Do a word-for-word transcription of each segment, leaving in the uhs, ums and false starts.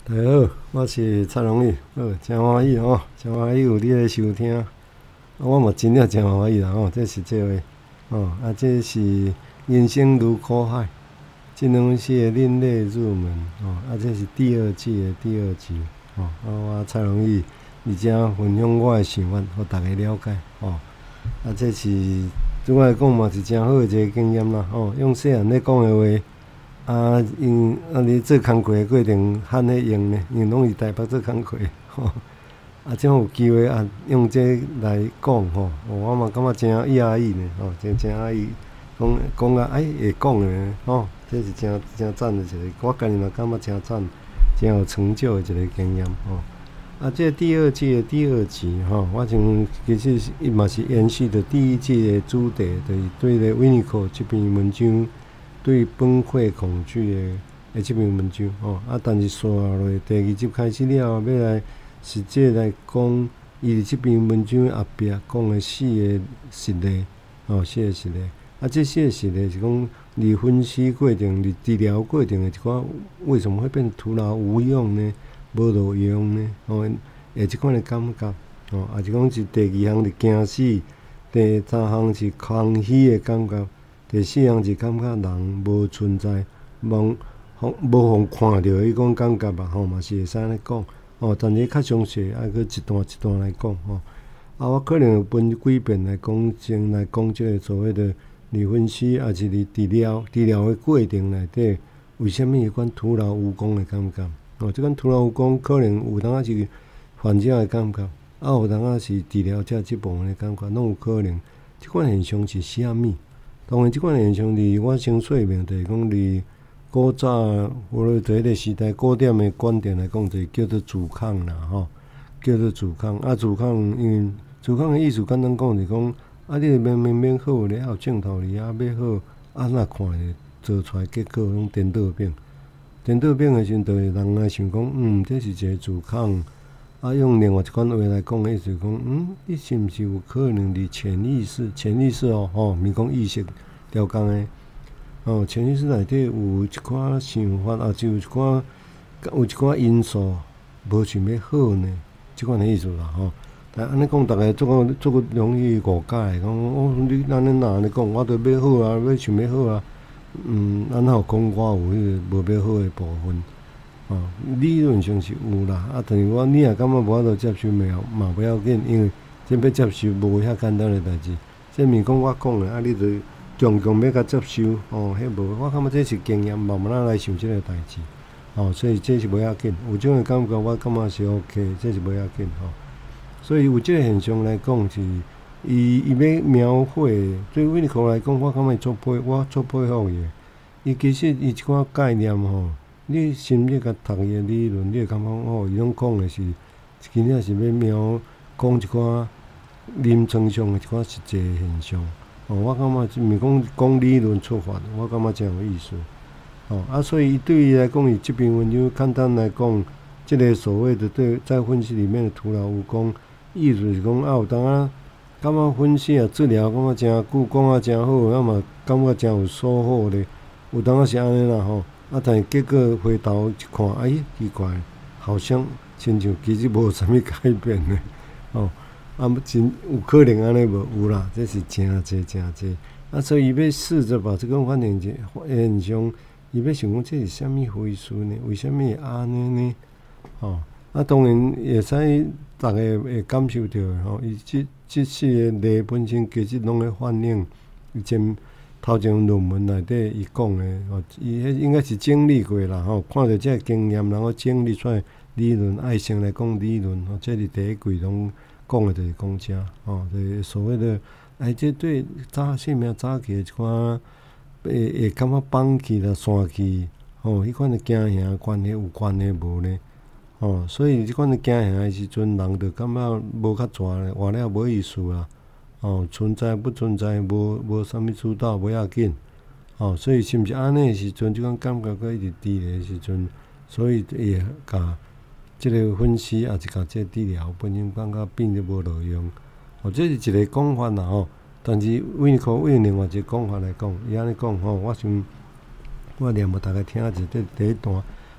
大家好，我是蔡荣义，好，真欢喜吼，真欢喜有你来收听，啊，我嘛真正真欢喜啦吼，这是这位，吼，啊，这是人生如苦海，这两是另类入门，吼，啊，这是第二季的第二集，吼，啊，我蔡荣义，而且分享我的想法，互大家了解，吼，啊，这是对我来讲嘛是真好的一个经验啦，吼，用细汉咧讲的话。啊，因啊，你做工课的过程罕咧用呢，因为拢是台北做工课，吼。啊，即有机会啊，用这来讲吼，我嘛感觉真讶异呢，吼，真真讶异，讲讲啊，哎，会讲的，吼，这是真真赞的一个，我家己嘛感觉真赞，真有成就的一个经验，吼。啊，这第二季的第二集，吼，我想其实伊嘛是延续的第一季的主题，就是对咧维尼口这篇文章。对崩溃恐惧的诶，这篇文章吼啊，但是刷落第二集开始了，要来实际来讲，伊这篇文章后壁讲的四个实例，吼，四个实例。啊，这四个实例是讲，你分析过程、你治疗过程的一寡，为什么会变徒劳无用呢？无路用呢？吼，诶，即款的感觉，吼，啊，是讲是第二项是惊死，第三项是空虚的感觉。第四项是感觉人无存在，无互无互看着迄种感觉吧，吼嘛是会使安尼讲，吼，但是较详细爱去一段一段来讲，吼。啊，我可能分几遍来讲，先来讲即个所谓的你分析，还是你治疗治疗的过程内底，为虾米迄款徒劳无功的感觉？哦，即款徒劳无功，可能有当啊是患者的感觉，啊有当啊是治疗者即部分的感觉，拢有可能。即款现象是虾米？当然，即款现象伫我先说明，就是讲伫古早或者伫迄个时代古典的观点来讲，就是叫做阻抗啦，吼，叫做阻抗。啊，阻抗，因为阻抗的意思简单讲，就是讲啊，你明明明好，你还有镜头哩，啊，要好，啊，哪看咧做出来结果拢颠倒变，颠倒变的时阵，就是人来想讲，嗯，这是一个阻抗。啊，用另外一款话来讲的意思讲，嗯，你是毋是有可能伫潜意识、潜意识哦，吼，毋是讲意识调工的，哦，潜意识内底有一寡想法，啊，就有一寡有一寡因素无想要好呢，即款的意思啦，吼。但安尼讲，逐个做个做个容易误解，讲哦，你安尼若安尼讲，我着要好啊，要想要好啊，嗯，咱哪有讲我有迄个无要好的部分？哦，理论上是有啦，啊，但是我你也感觉无法度接受，嘛嘛不要紧，因为这要接受无遐简单诶代志。这毋是讲我讲诶，啊，你着强强要甲接受，哦，迄无，我感觉这是经验，慢慢仔来想即个代志，哦，所以这是无要紧，有种诶感觉，我感觉是 OK， 这是无要紧，吼、哦。所以有即个现象来讲是，伊伊要描绘，对维尼科来讲，我感觉足佩，我足佩服伊。伊其实伊一寡概念吼。你深入甲读伊诶理论，你会感觉哦，伊拢讲诶是，真正是要描讲一寡临床上诶一寡实际现象。哦，我感觉毋是讲讲理论出发，我感觉真有意思。哦，啊，所以对伊来讲，伊即篇文章简单来讲，即、这个所谓的对在分析里面的徒劳无功，意思是讲啊，有当啊，感觉分析啊治疗感觉真久，讲啊真好，啊嘛感觉真有收获咧。有当啊是安尼啦吼。啊，但是结果回头一看，哎，奇怪，好像亲像其实无啥物改变呢。哦，啊，真有可能安尼无有啦，这是真济真济。啊，所以伊要试着把这个反应者现象，伊要想讲这是啥物回事呢？为虾米会安尼呢？哦，啊，当然会使大家会感受到吼，伊即即四个例本身其实拢咧反映以前。头前论文内底伊讲诶，吼，伊迄应该是整理过啦，吼，看着即个经验，然后整理出来理论，爱先来讲理论，吼，这是第一季拢讲诶，就是讲遮，吼，就是所谓的，哎，这对早性命早期一寡，会会感觉放弃啦、散弃，吼，迄款诶惊吓关系有关系无呢？吼，所以即款诶惊吓诶时阵，人着感觉无较蛇咧，活了无意思啦。哦，存在不存在，无无啥物主导，无要紧。哦，所以是毋是安尼诶时阵，即款感觉阁一直伫咧时阵，所以会甲即个分析，也是甲即个治疗本身感觉变得无路用。哦，这是一个讲法啦吼。但是维尼科用另外一个讲法来讲，伊安尼讲吼，我想我念互大家听一下，这第一段。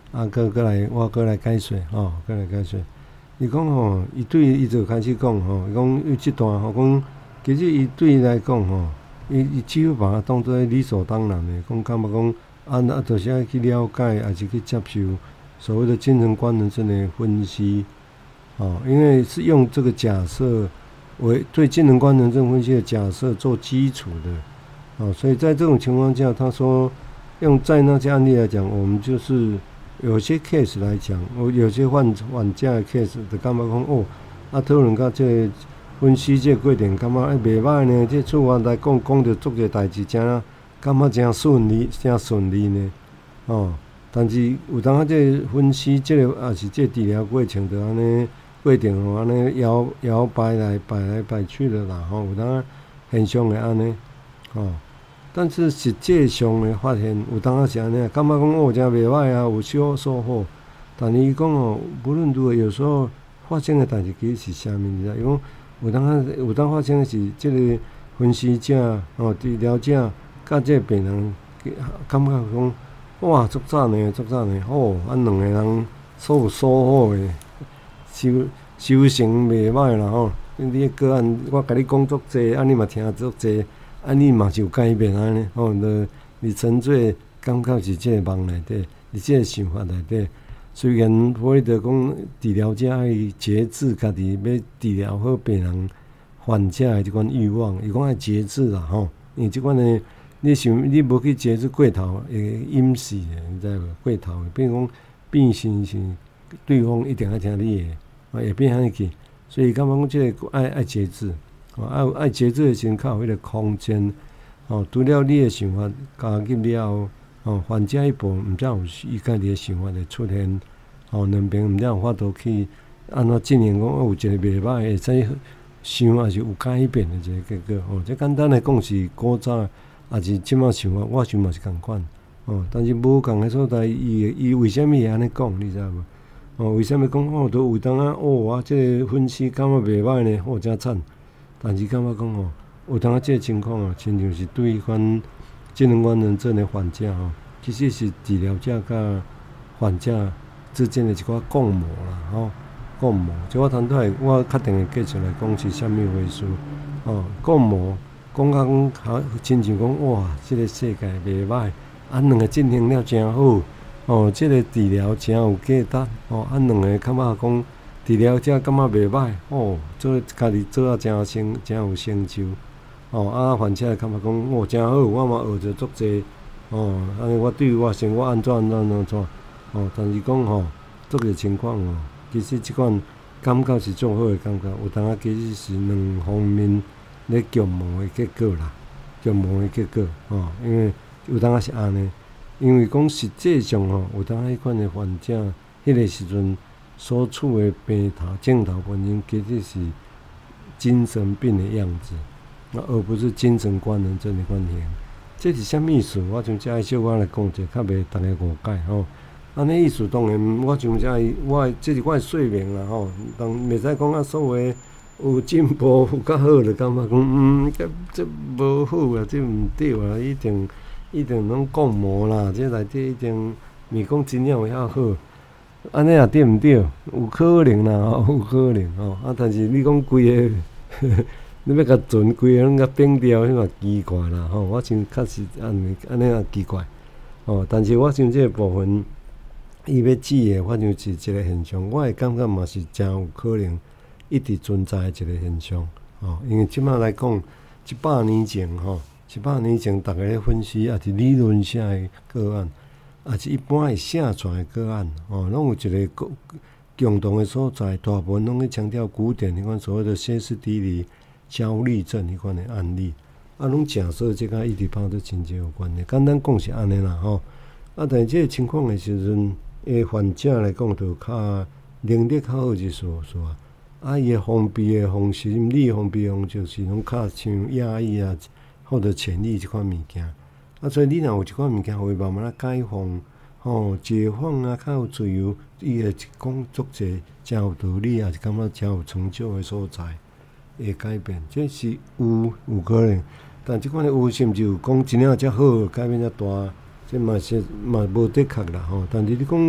啊，搁搁来我搁来解说吼，搁来解说。伊讲吼，伊对伊就开始讲吼，伊讲伊即段吼讲，其实伊对伊来讲吼，伊伊只有把它当做理所当然的，讲感觉讲啊啊，就是爱去了解，还是去接受所谓的精神官能症的分析。哦，因为是用这个假设为对精神官能症分析的假设做基础的，哦，所以在这种情况下，他说用在那些案例来讲，我们就是有些 case 来讲，我有些患患者的 case 就感觉讲哦，啊讨论到这个分析这个过程，感觉哎袂歹呢，这处方来讲讲着做个代志，真感觉真顺利，真顺利呢，哦，但是有当啊这分析这个也是这治疗过程就安尼。过程吼，安尼摇摇摆来摆来摆去的啦，吼，有当现象会安尼，吼。但是实际上的发现，有当是安尼，感觉讲哦，真袂歹啊，有小收获。但是伊讲哦，无论如何，有时候发生的代志其实是啥物事啊？伊讲有当啊，有当发生的是即个分析者、哦治疗者，甲即个病人感觉讲，哇，足赞的，足赞的，哦，咱两个人所有收获的。修修成袂歹啦吼，你个案我甲你讲足济，啊你嘛听足济，啊你嘛是有改变安尼，吼，就你纯粹感觉是即个梦内底，是即个想法内底。虽然弗洛伊德讲治疗者爱节制家己要治疗好病人患者的即款欲望，伊讲爱节制啦吼，因为即款的你想你无去节制过头会引死的，你知无？过头的，比如讲变成是对方一定爱听你的。啊，会变安尼去，所以感觉讲即个爱爱节制，哦，爱爱节制的时阵，较有迄个空间，哦，除了你的想法加入了后，哦，患者迄步毋则有伊家己的想法会出现，哦，两边毋则有法度去安怎进行讲，有一个袂歹会使想，也是有改变的一个结果，哦，这简单来讲是古早，也是即马想法，我想嘛是共款，哦，但是无共的所在，伊伊为虾米会安尼讲，你知无？哦，为什么讲哦？都有当啊哦，啊，这个分析感觉袂歹呢，哦，真惨。但是感觉讲哦，有当啊，这个情况啊，亲像是对迄款精神官能症的患者吼，其实是治疗者甲患者之间的一寡共谋啦，吼，共谋。即我通对，我确定会继续来讲是啥物回事。哦，共谋，讲甲讲好，亲像讲哇，这个世界袂歹，啊，两个进行了真好。哦，即、这个治疗真有价值。哦，啊，两个感觉讲治疗者感觉袂歹。哦，做家己做啊真有成，真有成就。哦，啊，患者感觉讲哦真好，我嘛学着足济。哦，安尼我对我生活安怎安怎安怎。哦，但是讲吼，足个情况哦，其实即款感觉是最好的感觉。有当啊，其实是两方面咧共谋的结果啦，共谋的结果。哦，因为有当啊是安尼。因为讲实际上吼，有当迄款的患者，迄个时阵所处的病头、症头原因，其实是精神病的样子，而不是精神官能症的反应。这是啥物意思？我从遮小可来讲者，较袂大家误解吼。安尼意思当然，我从遮我这是我的说明啦吼。当袂使讲啊，所谓有进步有较好，就感觉讲嗯，这这无好啊，这毋对啊，一定。一定拢共谋啦，这内底一定咪讲真正有遐好，安尼也对毋对？有可能啦，吼，有可能吼。啊，但是你讲规个，你要甲存规个拢甲变掉，迄嘛奇怪啦，吼。我想确实安尼安尼也奇怪，哦。但是我想这个部分，伊要指的，反正是一个现象，我会感觉嘛是真有可能一直存在的一个现象，哦。因为即摆来讲，一百年前吼。一百年前，逐个咧分析，也是理论性的个案，也是一般的写出来的个案，哦，拢有一个共共同的所在，大部分拢去强调古典迄款所谓的歇斯底里、焦虑症迄款的案例，啊，拢假设即个一直拍做真正有关的。简单讲是安尼啦，吼。啊，但是即个情况的时阵，诶，患者来讲就较能力较好一丝丝啊，啊，伊的封闭的方式、心理封闭的方式是拢较像压抑啊。或者潜力即款物件，啊，所以你若有即款物件，会慢慢啊解放，吼、哦，解放啊，较有自由，伊会讲足济，真有道理，也是感觉真有成就的所在，会改变，这是有有可能，但即款的有是毋是有讲真正遮好，改变遮大，这嘛是嘛无的确啦，吼、哦。但是你讲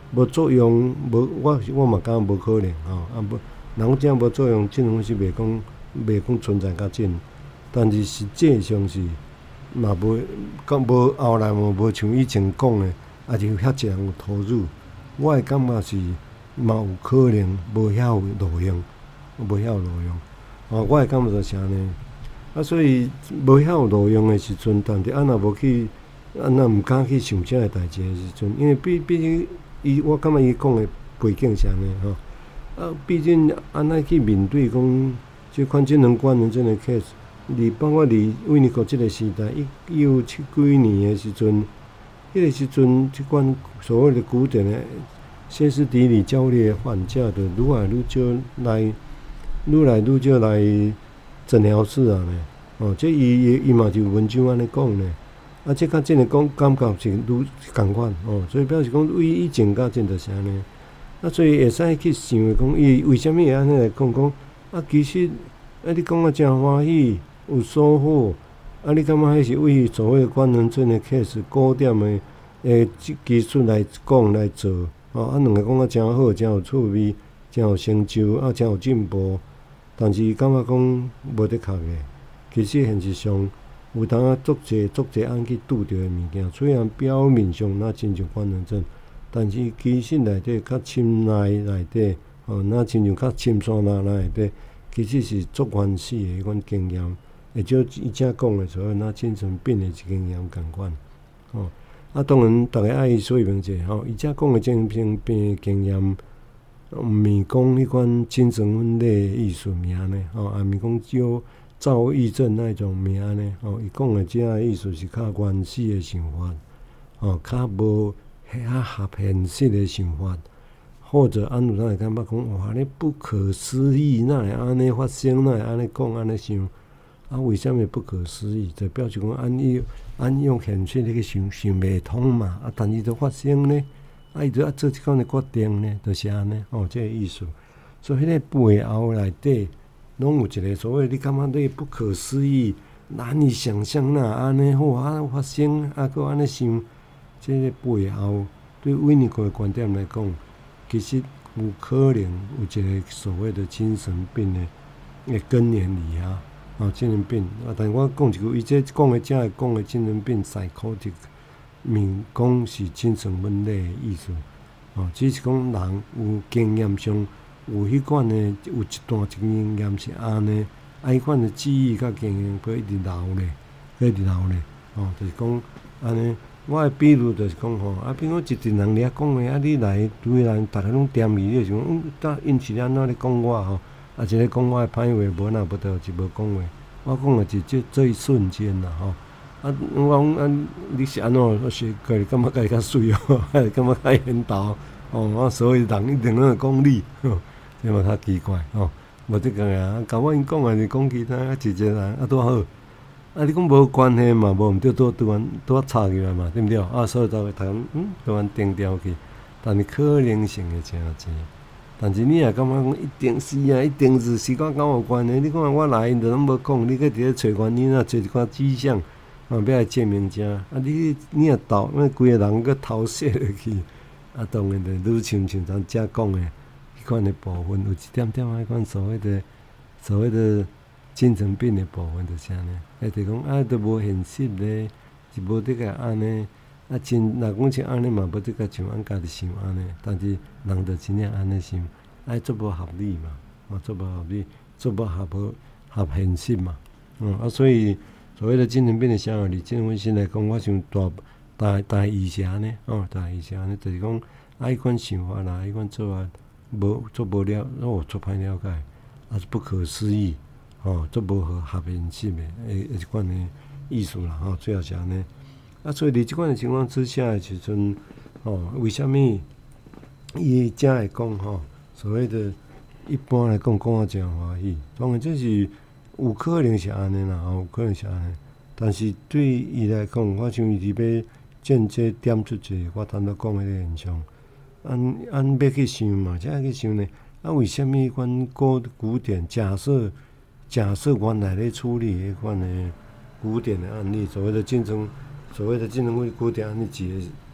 无作用，无我我嘛感觉无可能吼、哦，啊无人真无作用，精神分析袂讲袂讲存在较真，但是实际上是嘛无讲无后来嘛无像以前讲诶，也是遐济人有投入，我会感觉是嘛有可能无遐有路用，无遐有路用，哦，我会感觉就是安尼，啊，所以无遐有路用诶时阵，但是安若无去，安若毋敢去想遮个代志诶时阵，因为毕毕竟伊，我感觉伊讲诶背景是安尼吼，啊，毕竟安尼去面对讲即款智能官能症诶 case， 伫包括伫维尼国即个时代，一九七几年诶时阵，迄个时阵即款所谓的古典诶歇斯底里焦虑诶患者，就愈来愈少来，愈来愈少来诊疗室啊呢。哦，即伊伊伊嘛就文章安尼讲呢。啊，即较真诶讲感觉是愈共款哦，所以表示讲为以前甲真就是安尼。啊，所以会使去想诶讲，伊为虾米会安尼来讲讲？啊，其实啊，你讲啊真欢喜，有收获。啊，你感觉迄是为所谓官能症诶 case 古典诶诶技术来讲来做？哦，啊，两个讲啊真好，真有趣味，真有成就，啊，真有进步。但是感觉讲无得确诶，其实现实上有当啊足侪足侪案去拄着诶物件，虽然表面上若亲像官能症，但是其实内底较深内内底，哦，若亲像较深山那内底，其实是足原始诶迄款经验，会少伊遮讲诶所谓若精神病诶经验共款，哦。啊，当然，逐个爱说明者吼，伊遮讲诶精神病诶经验，毋是讲迄款精神分裂艺术名安尼，吼，也毋是讲叫躁郁症那种名安尼，吼，伊讲诶遮个意思是较原始诶想法，吼，较无遐合现实诶想法，或者安有咱会感觉讲，哇，安尼不可思议，哪会安尼发生，哪会安尼讲，安尼想。啊，为虾米不可思议？就表示讲按用按用现实去想想袂通嘛。啊，但是都发生呢，啊，伊就要做即款诶决定呢，就是安尼哦，即、這個意思。所以迄个背后内底，拢有一个所谓你感觉你不可思议、难以想象呐，安尼好啊发生，啊，搁安尼想，即、這个背后对维尼哥诶观点来讲，其实有可能有一个所谓的精神病诶诶根源伫遐。哦，精神病啊！但我讲一句，伊这讲诶，正会讲诶精神病 psychotic， 面讲是精神分裂诶意思。哦，只是讲人有经验上有迄款诶，有一段经验是安尼，啊，迄款诶记忆甲经验佫一直留咧，佫一直留咧。哦，就是讲安尼。我诶比如就是讲吼，啊，比如一群人咧讲诶，啊，你来对人，逐个拢点伊，你就讲，嗯，搭因是安怎咧讲我吼？啊，一个讲我诶歹话，无哪不得是无讲话。我讲诶是即这一瞬间啦吼。啊，我讲啊，你是安怎？我是家己感觉家己较水哦，感觉较缘投哦。我所以人一定拢会讲你，吼，这嘛较奇怪吼。无即个啊，甲我因讲诶是讲其他啊，一个人啊拄好。啊，你讲无关系嘛，无毋对，拄拄完拄啊插起来嘛，对毋对？啊，所以就会通嗯，拄完定调去，但是可能性会诚济。但是你也感觉讲一定是啊，一定是是甲敢有关系。你看我来因就拢无讲，你搁伫咧找原因啊，找一寡迹象，啊，要来证明者。啊，你你也投，因为规个人搁投射落去，啊，当然就愈像像咱遮讲诶，迄款诶部分有一点点啊，迄款所谓的所谓的精神病诶部分就是安尼。诶，就讲啊，都无现实咧，是无得个安尼。啊，真若讲像安尼嘛，无得个像俺家己想安尼，但是人就真正安尼想，爱足无合理嘛，哦，足无合理，足无合无合现实嘛，嗯啊，所以所谓的精神病的啥理，精神分析来讲，我想大大大意是安尼，哦，大意是安尼，就是讲啊，迄款想法啦，迄款做法无足无了，哦，足歹了解，啊，是不可思议，哦，足无合合现实的，诶，一款的意思啦，吼，主要是安尼。啊，所以伫即款诶情况之下诶时阵，吼，为虾米伊遮会讲吼？所谓的一般来讲，讲啊真欢喜，当然这是有可能是安尼啦，吼，有可能是安尼。但是对伊来讲，我想伊伫要间接点出一个我头拄讲诶个现象，按按要去想嘛，才去想呢。啊，为虾米款古古典假设假设原来咧处理迄款诶古典诶案例，所谓的竞争。所谓的精神分古典案例，一个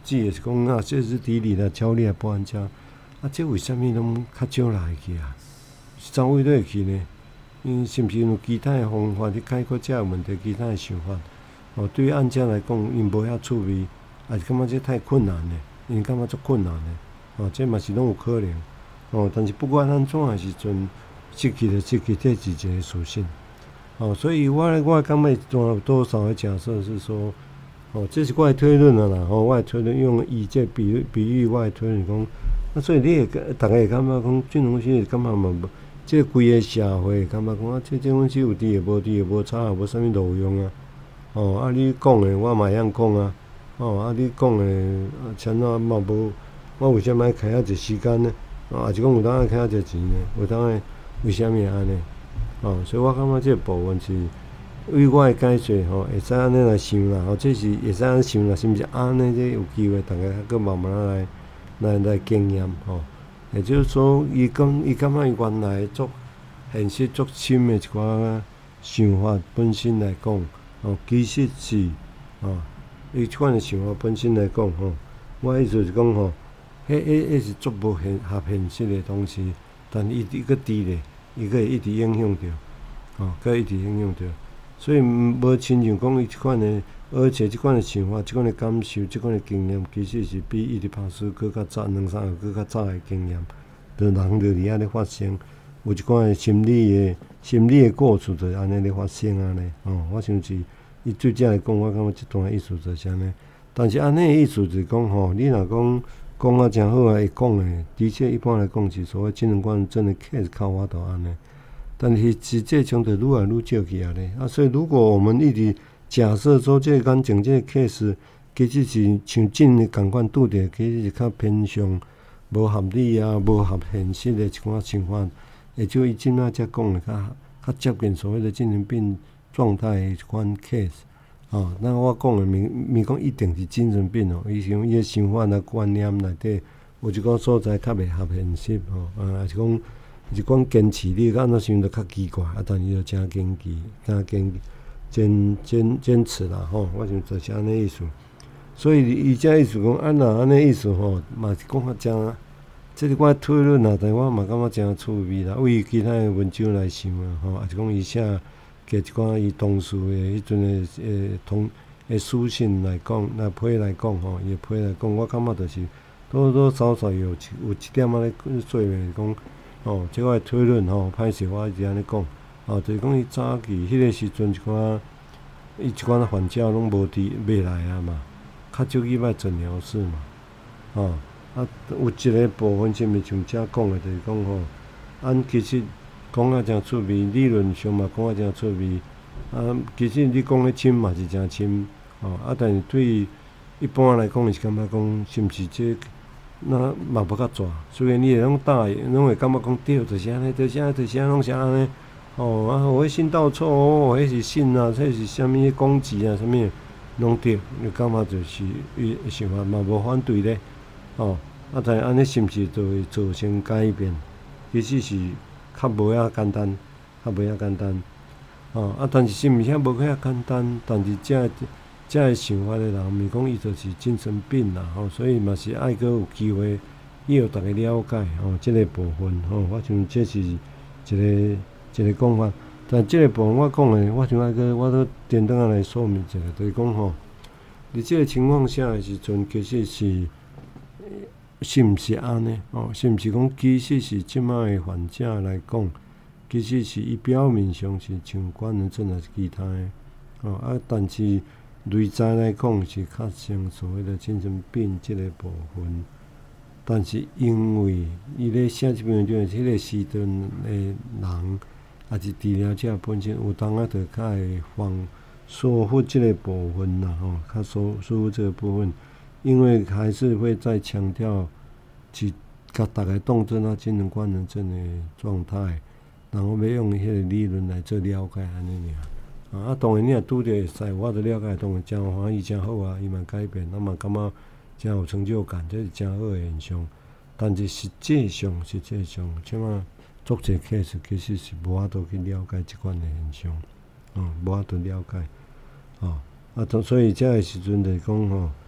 指的是讲啊，这是地理啦、教理啊、保安家，啊，这为什么拢较少人会去啊？是怎位会去呢？因为是毋是有其他的方法去解决这个问题？其他的想法？哦，对于案家来讲，因无遐趣味，也是感觉这太困难了，因感觉足困难的。哦，这嘛是拢有可能。哦，但是不管安怎的时阵，失去了失去这是一个属性。哦，所以我我感觉有多少的假设是说，哦，这是我的推论了啦。哦，我的推论用以这比喻比喻我的推论讲，啊，所以你会大家会感觉讲，这种东西感觉嘛无，这规个社会感觉讲啊，这这东西有滴也无滴也无差，也无啥物路用啊。哦，啊，你讲的我嘛会晓讲啊。哦，啊，你讲的啊，像怎嘛无，我为什么爱开遐济时间呢？啊，也是讲有当爱开遐济钱呢？有当爱为虾米安尼？哦，所以我感觉这个部分是，为我的解说吼，会使安尼来想啦。吼，这是会使安尼想啦，是毋是安尼？这有机会大家搁慢慢来来来经验吼。也就是说，伊讲伊感觉伊原来足现实足深的一寡想法本身来讲，哦，其实是哦，伊即款的想法本身来讲吼，我意思是讲吼，迄迄迄是足无现合现实的东西，但伊伊个伫咧。伊个会一直影响着，吼、哦，个一直影响着，所以无亲像讲伊即款的，而且即款的想法、即款的感受、即款的经验，其实是比伊伫拍书搁较早两三个搁较早的经验，着人着伫遐咧发生，有一款的心理的、心理的故事着安尼咧发生安尼，哦，我想是伊最正来讲，我感觉即段意思就是安尼，但是安尼的意思就是讲吼，你若讲。讲啊，诚好啊！会讲诶，的确一般来讲是所谓精神官真的 case 靠我度安尼，但是实际上就愈来愈少去啊咧。啊，所以如果我们一直假设说这个感情这个 case 其实是像真诶共款拄着，其实是较偏向无合理啊、无合现实诶一寡想法，也就伊即摆才讲诶较较接近所谓的精神病状态诶一款 case。哦，那我讲诶，咪咪讲一定是精神病哦。伊像伊诶想法啊、观念内底，有一个所在较袂合现实哦。啊，也是讲一款坚持力，安怎想着较奇怪，啊，但伊就真坚持、真坚、坚坚坚持啦吼。我想就是安尼意思。所以伊遮意思讲，啊若安尼意思吼，嘛是讲较真，即是我推论啊，但我嘛感觉真趣味啦。为其他诶文章来想啊，吼，也是讲伊写。加一寡伊同事诶迄阵诶诶同诶书信来讲，来批来讲吼，伊批来讲，我感觉着是多多少少有有一点仔咧做诶讲，哦，即个推论吼，歹势我一直安尼讲，哦，就是讲伊早期迄个时阵一寡，伊一寡患者拢无伫袂来啊嘛，较少去摆诊疗室嘛，哦，啊，有一个部分是毋是像遮讲诶，就是讲吼，按其实。讲啊真趣味，理论上嘛讲啊真趣味。啊，其实你讲诶深嘛是真深，吼、哦、啊，但是对于一般来讲，是感觉讲是毋是这那嘛无较绝。虽然你会拢答，拢会感觉讲对，就是安尼，就是安尼，就是安尼，拢是安尼。哦，啊，我信到错哦，迄是信啊，迄是啥物攻击啊，啥物拢对，你感觉就是伊想法嘛无反对咧。哦，啊，但安尼是毋是就会造成改变？其实是。较无遐简单，较无遐简单，哦啊！但是是毋是遐无遐简单？但是遮遮个想法的人，毋是讲伊就是精神病啦，吼、哦，所以嘛是爱阁有机会，以互逐个了解，吼、哦，即、這個部分，吼、哦，我想這是一個一個講法。但即個部分我講誒，我想愛閣我都簡單來說明一下，就是講吼，伫即個情況下誒時陣，其實是。是毋是安尼？哦，是毋是講其實是即擺誒患者來講，其實是伊表面上是像官能症還是其他誒，哦啊，但是內在來講是較像所謂的精神病即個部分。但是因為伊咧寫即篇文章，迄個時陣誒人，也是治療者本身有當啊，着較會防疏忽即個部分啦，吼、哦，較疏疏忽即個部分。因為還是會再強調，去甲大家當做那精神官能症的狀態，然後要用迄個理論來做了解安尼爾。啊，當然你若拄着會使，我着了解，當然真歡喜真好啊，伊嘛改變，我嘛感覺真有成就感，這是真好誒現象。但是實際上，實際上，即馬作者 case 其實是無法度去了解即款誒現象，嗯，無法度了解，哦，啊，所以遮個時陣就是講吼。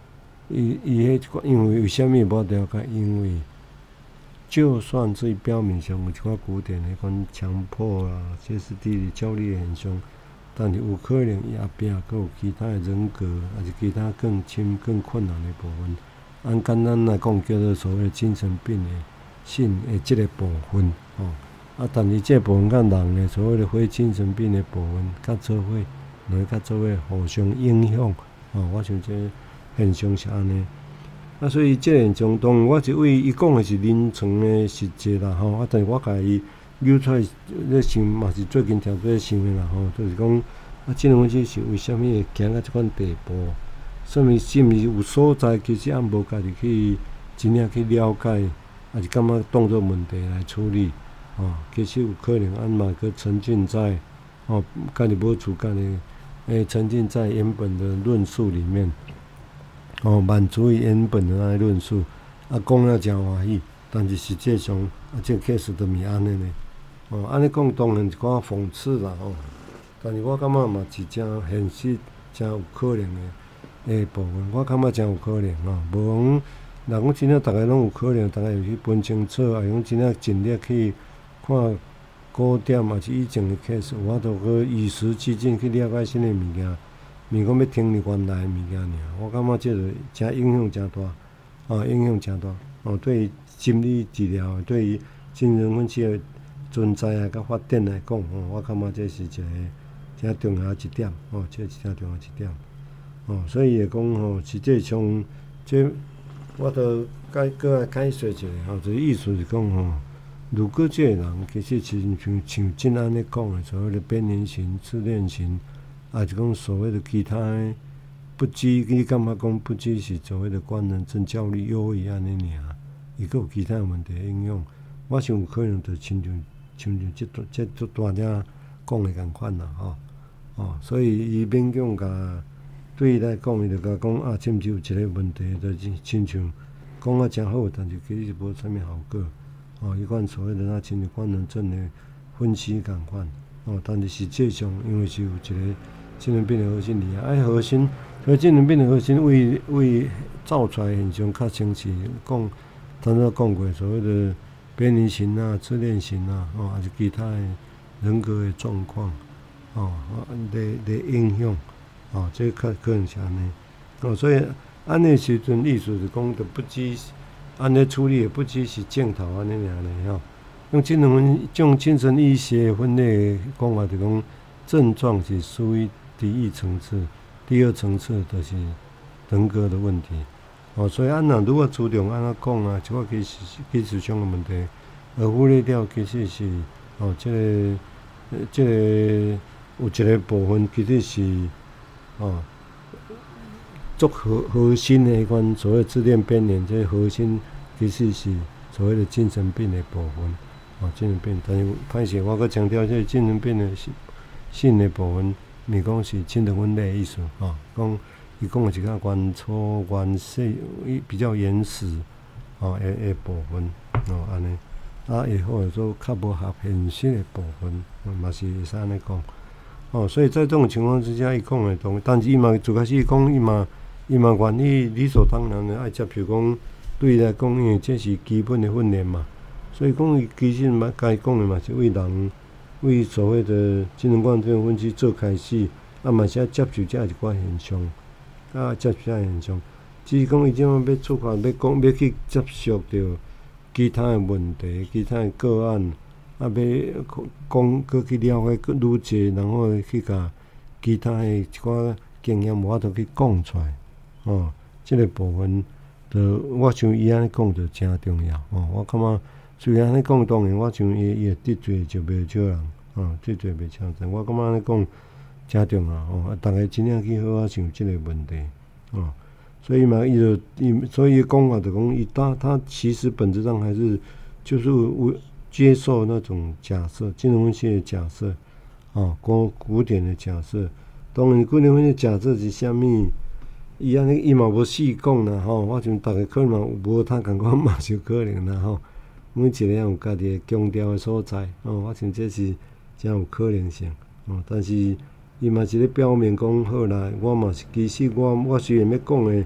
伊伊迄因为为虾米无了解？因为就算最表面上有一寡古典迄款强迫啊、歇斯底里、焦虑现象，但是有可能伊后壁佫有其他的人格，还是其他更深、更困难的部分。按简单来讲，叫做所谓精神病的性的即个部分哦。啊，但是即个部分甲人的所谓的非精神病的部分，甲做伙，两个甲做伙互相影响哦。我想这现象是安尼。啊，所以即个现象，当然我是为伊讲的是临床的实际啦吼。啊，但是我家己扭出来咧想，嘛是最近调做想的啦吼，就是讲啊，精神分析是为虾米会行到即款地步？说明是毋是有所在，其实也无家己去真正去了解，还是感觉当作问题来处理哦。其实有可能俺嘛去沉浸在哦，家己无处家己诶，沉浸在原本的论述里面。哦，满足于原本的那些论述，啊，讲了真欢喜，但是实际上啊，这个 case 都毋是安尼呢。哦，安尼讲当然一寡讽刺啦吼，但是我感觉嘛是真现实、真有可能的诶部分。我感觉真有可能吼，无讲，若讲真正逐个拢有可能，逐个有去分清楚，啊，讲真正尽力去看古典也是以前的 case， 有法度去与时俱进去了解新的物件。毋是讲要听你原来的物件尔，我感觉即个真影响真大，哦，影响真大，哦，对于心理治疗，对于精神分析的存在啊，甲发展来讲，哦，我感觉这是一个真重要一点，哦，这是真重要一点，哦，所以会讲吼，实际上，这我都解搁来解说一下，吼，就是意思是讲吼，如果这个人其实是像像真安尼讲的，所谓的边缘型、自恋型。啊，就讲所谓的其他的不拘，你感觉讲不拘是所谓的官能症、焦虑、忧郁安尼尔，伊佫有其他问题影响。我想有可能就亲像亲像即即即大家讲的共款啦，吼哦，所以伊勉强甲对伊来讲，伊就甲讲啊，是毋是有一个问题，就是亲像讲啊真好，但是其实无啥物效果。哦，迄款所谓的那亲像官能症的分析共款。哦，但是实际上，因为是有一个精神病的核心伫啊，啊，核心，所以精神病的核心为为造出来现象，较像是讲，刚才讲过所谓的边缘型啊、自恋型啊，哦，还是其他的人格的状况，哦，的的影响，哦，这较可能是安尼，哦，所以安尼时阵意思是讲，就不只安尼处理，也不只是镜头安尼尔嘞，吼。用精神分种精神医学分类讲法，就讲症状是属于第一层次，第二层次就是人格的问题。哦，所以按若如果注重安怎讲啊，即个技术技术上的问题，而忽略掉其实是哦，即、这个即、这个有一个部分其实是哦，足核核心的迄款所谓自恋边缘，这个核心其实是所谓的精神病的部分。哦，精神病，但是歹势，我搁强调这精神病的性的部分，咪讲是精神分类的意思，哦，讲伊讲的是较原初、原始、比较原始，哦，诶诶部分，哦，安尼，啊，会或者说较无合现实的部分，嘛是会使安尼讲，哦，所以在这种情况之下，伊讲的同，但是伊嘛最开始伊讲，伊嘛伊嘛愿意理所当然的爱接受讲，对伊来讲，因为这是基本的训练嘛。所以讲，伊其实嘛，该讲的嘛是为人，为所谓的精神官这种分析做开始，啊嘛是要接受这一寡现象，啊接受这现象。只是讲伊即摆要出发，要讲要去接受着其他的问题、其他的个案，啊要讲搁去了解搁愈济，然后去甲其他的一寡经验无法度去讲出来，哦，即、这个部分，就我想伊安尼讲就真重要，哦，我感觉。虽然安尼讲，当然我想伊伊会得罪就袂少人，哦，得罪袂少人。我感觉安尼讲真重要，哦，啊，逐个真正去好好想即个问题，哦，所以嘛，伊就伊，所以讲法就讲，伊他他其实本质上还是就是有接受那种假设，金融分析的假设，哦，古古典的假设。当然，古典分析假设是啥物？伊安尼伊嘛无细讲啦，吼，我想逐个可能嘛有无他共款嘛是有可能啦，吼。每一个人有家己的强调的所在，哦，我想这是真有可能性，哦，但是伊嘛是咧表面讲好啦，我嘛是其实我我虽然要讲的，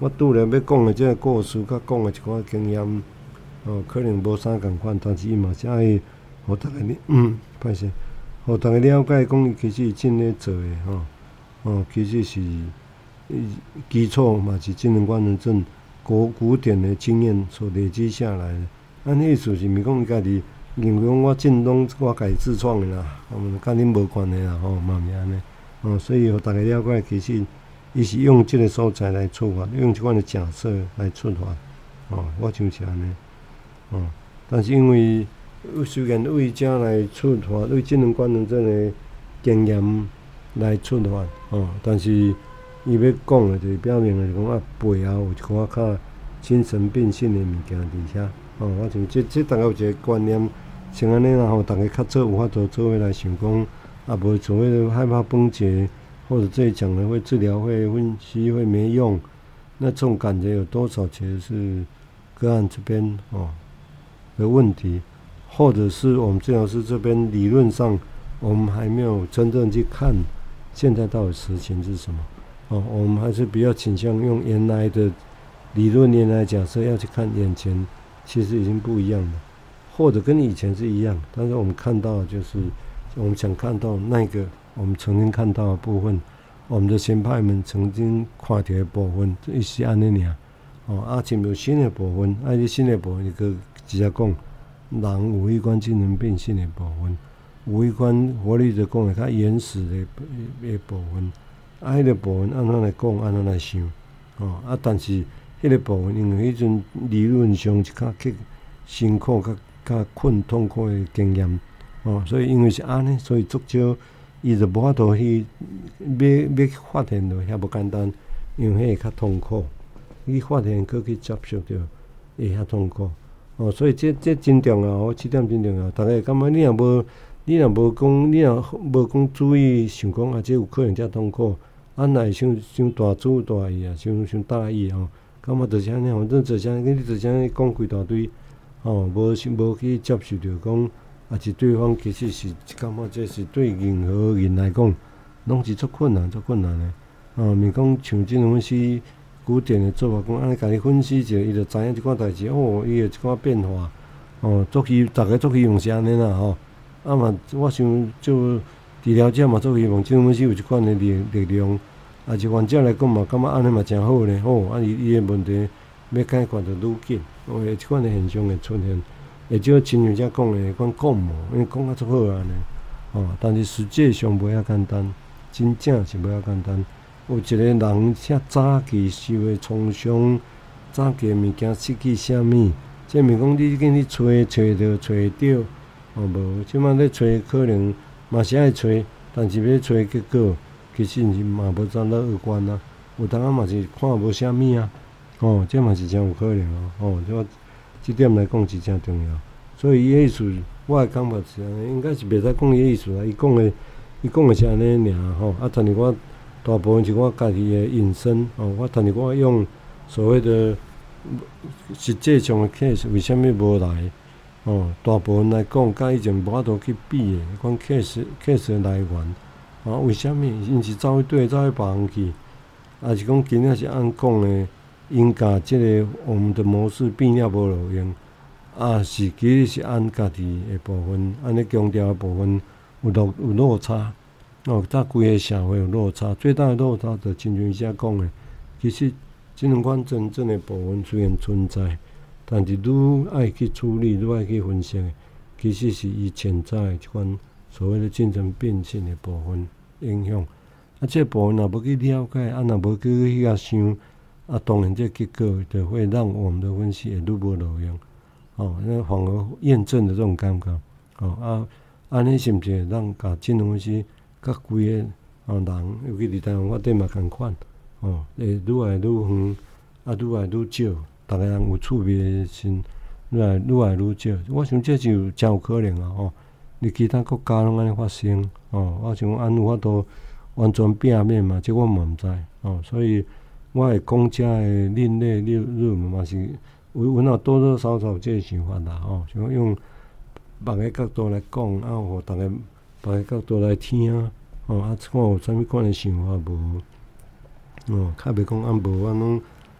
我拄了要讲的即个故事，甲讲的一寡经验，哦，可能无啥共款，但是伊嘛是爱互逐个哩，嗯，歹势，互逐个了解讲伊其实是真咧做诶，吼、哦，哦，其实是基础嘛是精神官能症古古典的经验所累积下来的。按意思是毋是讲伊家己认为讲我振东我家己自创的啦，我们甲恁无关系啦，吼、哦，嘛毋是安尼，哦，所以互逐个了解，其实伊是用即个所在来出发，用即款的假设来出发，哦，我就是安尼，哦，但是因为虽然为遮来出发，为精神官能症的经验来出发，哦，但是伊要讲的就是表明的，讲啊背后有一寡较精神病性的物件伫遐。哦，我想即即大概有一个观念，像安尼啦吼，大家较做有法度做伙来想讲，啊无所谓的害怕崩解，或者这里讲的会治疗会分析会没用，那这种感觉有多少其实是个案这边哦的问题，或者是我们治疗师这边理论上我们还没有真正去看现在到底实情是什么哦，我们还是比较倾向用原来的理论、原来假设要去看眼前。其实已经不一样了，或者跟以前是一样，但是我们看到的就是我们想看到那个我们曾经看到的部分，我们的先派们曾经看到的部分，伊是安尼尔。哦，啊，进入新的部分，啊，这新的部分，佮直接讲，人有迄款精神病性的部分，有迄款佛律就讲的较原始的的部分，啊，迄个部分安怎来讲，安怎来想，哦，啊，但是。迄个部分，因为迄阵理论上是较较辛苦、较较困痛苦的经验，哦，所以因为是安尼，所以足少伊就无法度去要要发现着遐无简单，因为迄个较痛苦，去发现佮去接受着会遐痛苦，哦，所以这这真重要哦，这点真重要。逐个感觉你若无你若无讲，你若无讲注意想讲啊，这有可能遮痛苦，啊，若会伤伤大主大意啊，伤伤大意吼。感觉就是安尼，反正就是安尼，你就是安尼讲几大堆，吼，无是无去接受着讲，啊是对方其实是感觉这是对任何人来讲，拢是足困难、足困难的。哦，毋是讲像即种分析古典的做法，讲安尼家己分析者，伊就知影即款代志，哦，伊有即款变化，哦，足希逐个足希望是安尼啦，吼。啊嘛，我想就治疗者嘛足希望即种分析有即款的力力量。啊，就患者来讲嘛，感觉安尼嘛真好咧，吼、哦！啊，伊伊诶问题要解决着愈紧，哦，即款诶现象会出现，会少亲像遮讲诶，讲讲无，因为讲啊足好安尼，哦，但是实际上无遐简单，真正是无遐简单。有一个人遐早期受诶创伤，早期诶物件失去啥物，即毋是讲你紧去找找着找着，哦无，即摆咧找可能嘛是爱找，但是要找结果。其实是嘛无怎乐观啊，有当啊嘛是看无啥物啊，哦，这嘛是真有可能哦，哦，这这点来讲是真重要。所以伊意思，我诶感觉是安尼，应该是袂使讲伊意思啦，伊讲诶，伊讲诶是安尼尔吼，啊，但是我大部分是我家己诶引申，哦，我但是我用所谓的实际上诶 case 为虾米无来，哦，大部分来讲，甲以前无法度去比诶，讲 case case 诶来源。啊，为虾米？因是走去对，走去别项去，啊是讲今仔是按讲诶，因甲即个我们的模式变了无路用，啊是其实是按家己诶部分，按咧强调诶部分有落有落差，哦，甲规个社会有落差，最大诶落差就亲像伊遮讲诶，其实即两款真正诶部分虽然存在，但是愈爱去处理，愈爱去分析，其实是伊潜在诶即款。所谓的精神变性的部分影响，啊，这部分若无去了解，啊，若无去去遐想，啊，当然这结果就会让我们的分析也愈无路用，哦，那反而验证的这种感觉，哦，啊，安尼是毋是会让甲精神分析甲规个啊人，尤其伫台湾，我顶嘛共款，哦，会愈来愈远，啊，愈来愈少，逐个人有趣味的心，愈来愈来愈少，我想这就真有可能啊，吼。伫其他国家拢安尼发生，哦，我想安有法度完全避免嘛？这我嘛毋知，哦，所以我会讲遮诶另类理论嘛是有有若多多少少有这个想法啦，哦，想用别个角度来讲，啊，互逐个别个角度来听，哦，啊，看有啥物款诶想法无，哦，较袂讲啊无，啊拢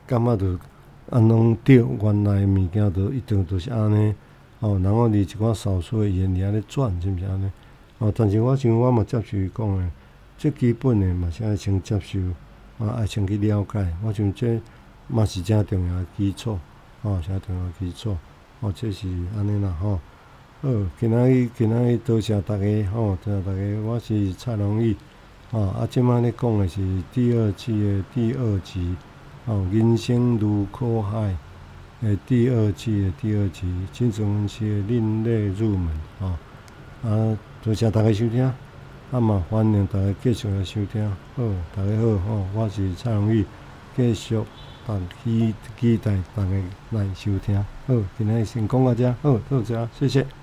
感觉着安拢对，原来物件都一定都是安尼。哦，然后你一寡少数诶言伫遐咧转，是毋是安尼？哦，但是我想我嘛接受伊讲诶，最基本诶嘛是爱先接受，啊，爱先去了解。我想这嘛是诚重要诶基础，哦，诚重要诶基础。哦，这是安尼啦，吼。好，今仔日今仔日多谢大家，吼，多谢大家。我是蔡荣义，哦，啊，即摆咧讲诶是第二季诶第二集，哦，人生如苦海诶第二季诶第二集，精神分析诶另类入门，哦，啊，多谢大家收听，啊嘛欢迎大家继续来收听。好，大家好，吼，我是蔡荣义，继续等期期待大家来收听。好，今仔日先讲到这，好，多谢，谢谢。